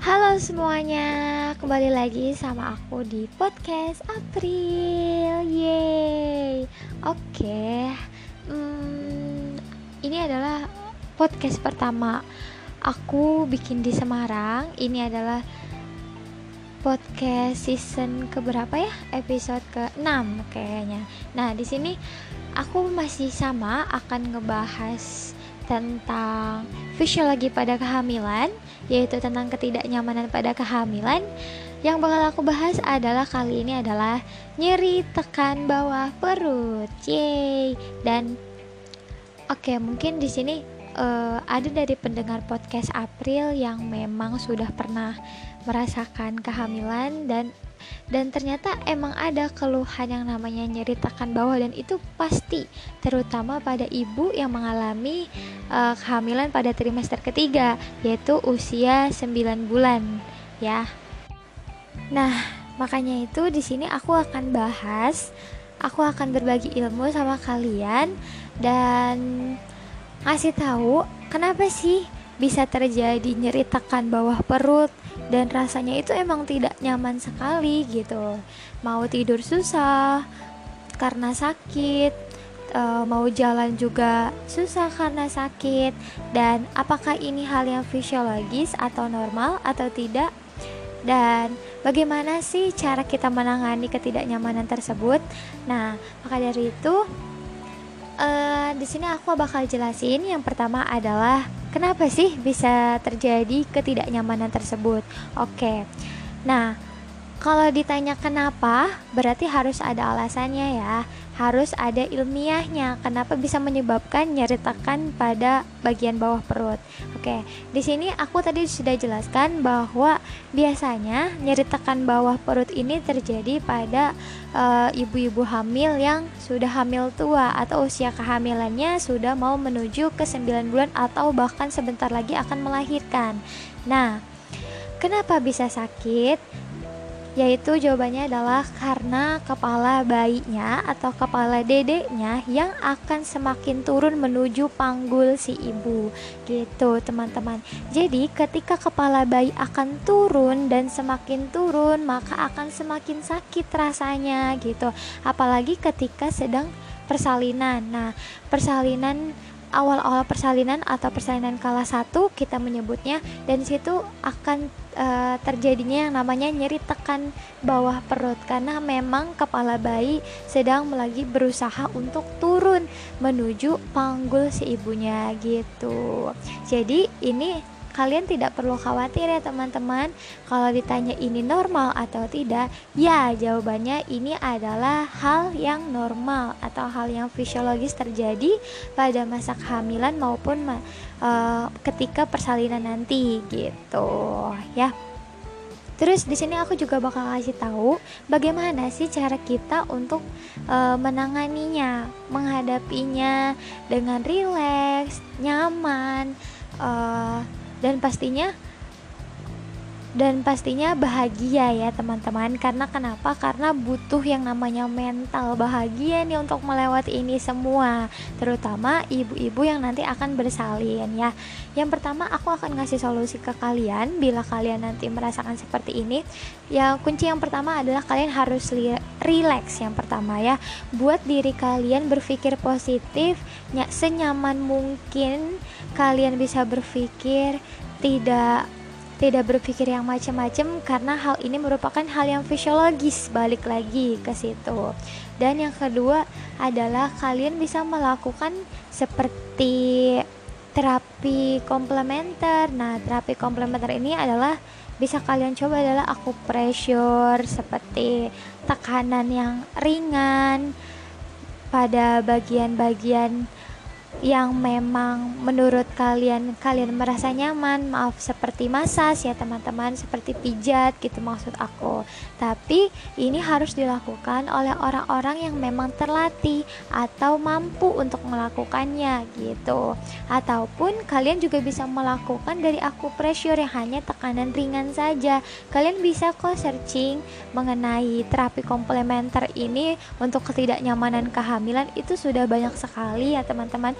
Halo semuanya, kembali lagi sama aku di podcast April. Yeay. Oke. Ini adalah podcast pertama aku bikin di Semarang. Ini adalah podcast season keberapa ya? Episode ke-6 kayaknya. Nah, di sini aku masih sama akan ngebahas tentang fisiologi pada kehamilan, yaitu tentang ketidaknyamanan pada kehamilan. Yang bakal aku bahas adalah kali ini adalah nyeri tekan bawah perut. Yeay. Dan mungkin di sini ada dari pendengar podcast April yang memang sudah pernah merasakan kehamilan dan ternyata emang ada keluhan yang namanya nyeri tekan bawah, dan itu pasti terutama pada ibu yang mengalami kehamilan pada trimester ketiga, yaitu usia 9 bulan ya. Nah, makanya itu di sini aku akan berbagi ilmu sama kalian dan ngasih tahu kenapa sih bisa terjadi nyeri tekan bawah perut, dan rasanya itu emang tidak nyaman sekali gitu. Mau tidur susah karena sakit, mau jalan juga susah karena sakit. Dan apakah ini hal yang fisiologis atau normal atau tidak? Dan bagaimana sih cara kita menangani ketidaknyamanan tersebut? Nah, maka dari itu di sini aku bakal jelasin. Yang pertama adalah kenapa sih bisa terjadi ketidaknyamanan tersebut. Oke. Nah, kalau ditanya kenapa, berarti harus ada alasannya ya. Harus ada ilmiahnya kenapa bisa menyebabkan nyeri tekan pada bagian bawah perut. Oke, di sini aku tadi sudah jelaskan bahwa biasanya nyeri tekan bawah perut ini terjadi pada ibu-ibu hamil yang sudah hamil tua atau usia kehamilannya sudah mau menuju ke 9 bulan atau bahkan sebentar lagi akan melahirkan. Nah, kenapa bisa sakit? Yaitu jawabannya adalah karena kepala bayinya atau kepala dedeknya yang akan semakin turun menuju panggul si ibu gitu teman-teman. Jadi ketika kepala bayi akan turun dan semakin turun, maka akan semakin sakit rasanya gitu. Apalagi ketika sedang persalinan. Nah, awal-awal persalinan atau persalinan kelas 1 kita menyebutnya, dan situ akan terjadinya yang namanya nyeri tekan bawah perut karena memang kepala bayi sedang lagi berusaha untuk turun menuju panggul si ibunya gitu. Jadi ini kalian tidak perlu khawatir ya teman-teman. Kalau ditanya ini normal atau tidak, ya jawabannya ini adalah hal yang normal atau hal yang fisiologis terjadi pada masa kehamilan maupun ketika persalinan nanti gitu ya. Terus di sini aku juga bakal kasih tahu bagaimana sih cara kita untuk menanganinya, menghadapinya dengan rileks, nyaman, dan pastinya bahagia ya teman-teman. Karena kenapa? Karena butuh yang namanya mental bahagia nih untuk melewati ini semua, terutama ibu-ibu yang nanti akan bersalin ya. Yang pertama, aku akan ngasih solusi ke kalian bila kalian nanti merasakan seperti ini. Ya, kunci yang pertama adalah kalian harus relax yang pertama ya. Buat diri kalian berpikir positif, senyaman mungkin kalian bisa berpikir, tidak berpikir yang macam-macam, karena hal ini merupakan hal yang fisiologis, balik lagi ke situ. Dan yang kedua adalah kalian bisa melakukan seperti terapi komplementer. Nah, terapi komplementer ini adalah bisa kalian coba adalah acupressure, seperti tekanan yang ringan pada bagian-bagian yang memang menurut kalian merasa nyaman. Maaf, seperti massage ya teman-teman, seperti pijat gitu maksud aku. Tapi ini harus dilakukan oleh orang-orang yang memang terlatih atau mampu untuk melakukannya gitu. Ataupun kalian juga bisa melakukan dari acupressure yang hanya tekanan ringan saja. Kalian bisa kok searching mengenai terapi komplementer ini untuk ketidaknyamanan kehamilan, itu sudah banyak sekali ya teman-teman.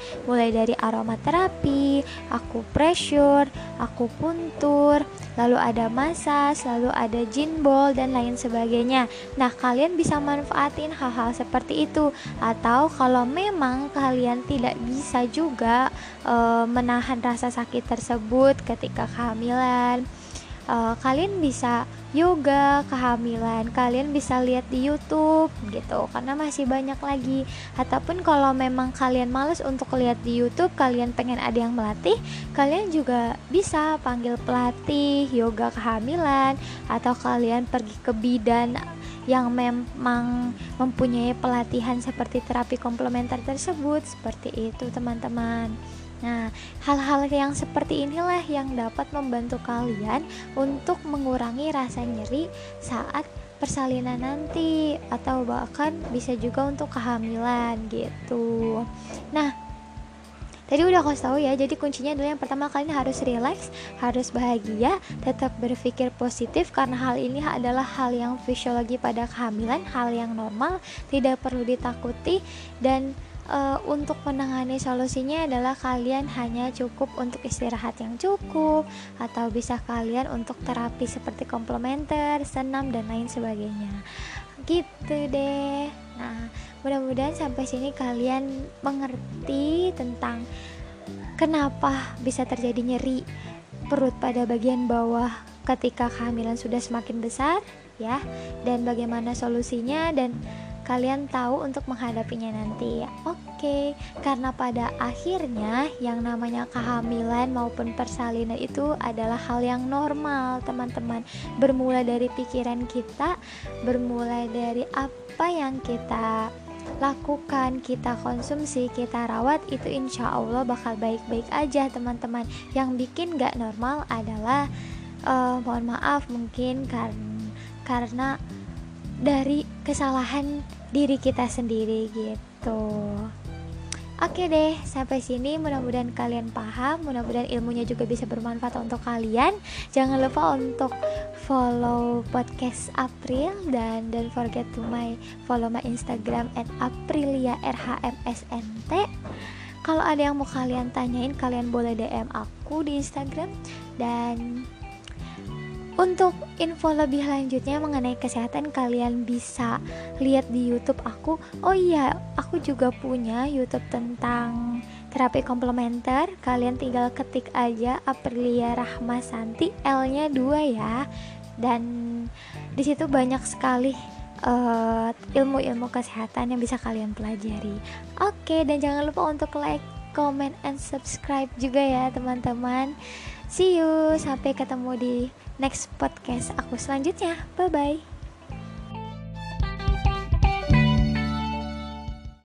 mulai dari aromaterapi, akupressure, akupuntur, lalu ada massage, lalu ada gin ball dan lain sebagainya. Nah, kalian bisa manfaatin hal-hal seperti itu. Atau kalau memang kalian tidak bisa juga menahan rasa sakit tersebut ketika kehamilan, kalian bisa yoga kehamilan, kalian bisa lihat di YouTube gitu, karena masih banyak lagi. Ataupun kalau memang kalian males untuk lihat di YouTube, kalian pengen ada yang melatih, kalian juga bisa panggil pelatih yoga kehamilan, atau kalian pergi ke bidan yang memang mempunyai pelatihan seperti terapi komplementer tersebut. Seperti itu teman-teman. Nah, hal-hal yang seperti inilah yang dapat membantu kalian untuk mengurangi rasa nyeri saat persalinan nanti, atau bahkan bisa juga untuk kehamilan gitu. Nah, tadi udah aku tahu ya, jadi kuncinya adalah yang pertama, kalian harus relax, harus bahagia, tetap berpikir positif, karena hal ini adalah hal yang fisiologi pada kehamilan, hal yang normal, tidak perlu ditakuti. Dan untuk menangani solusinya adalah kalian hanya cukup untuk istirahat yang cukup, atau bisa kalian untuk terapi seperti komplementer, senam dan lain sebagainya. Gitu deh. Nah, mudah-mudahan sampai sini kalian mengerti tentang kenapa bisa terjadi nyeri perut pada bagian bawah ketika kehamilan sudah semakin besar ya, dan bagaimana solusinya, dan kalian tahu untuk menghadapinya nanti. Oke, karena pada akhirnya yang namanya kehamilan maupun persalinan itu adalah hal yang normal teman-teman. Bermula dari pikiran kita, bermula dari apa yang kita lakukan, kita konsumsi, kita rawat, itu insya Allah bakal baik-baik aja teman-teman. Yang bikin gak normal adalah mohon maaf mungkin karena dari kesalahan diri kita sendiri gitu. Oke deh, sampai sini mudah-mudahan kalian paham, mudah-mudahan ilmunya juga bisa bermanfaat untuk kalian. Jangan lupa untuk follow podcast April, dan don't forget to follow my Instagram @apriliarhmsnt. Kalau ada yang mau kalian tanyain, kalian boleh DM aku di Instagram. Dan untuk info lebih lanjutnya mengenai kesehatan, kalian bisa lihat di YouTube aku. Oh iya, aku juga punya YouTube tentang terapi komplementer. Kalian tinggal ketik aja Aprilia Rahmasanti, L-nya 2 ya. Dan di situ banyak sekali ilmu-ilmu kesehatan yang bisa kalian pelajari. Oke, dan jangan lupa untuk like, comment, and subscribe juga ya teman-teman. See you, sampai ketemu di next podcast aku selanjutnya. Bye bye.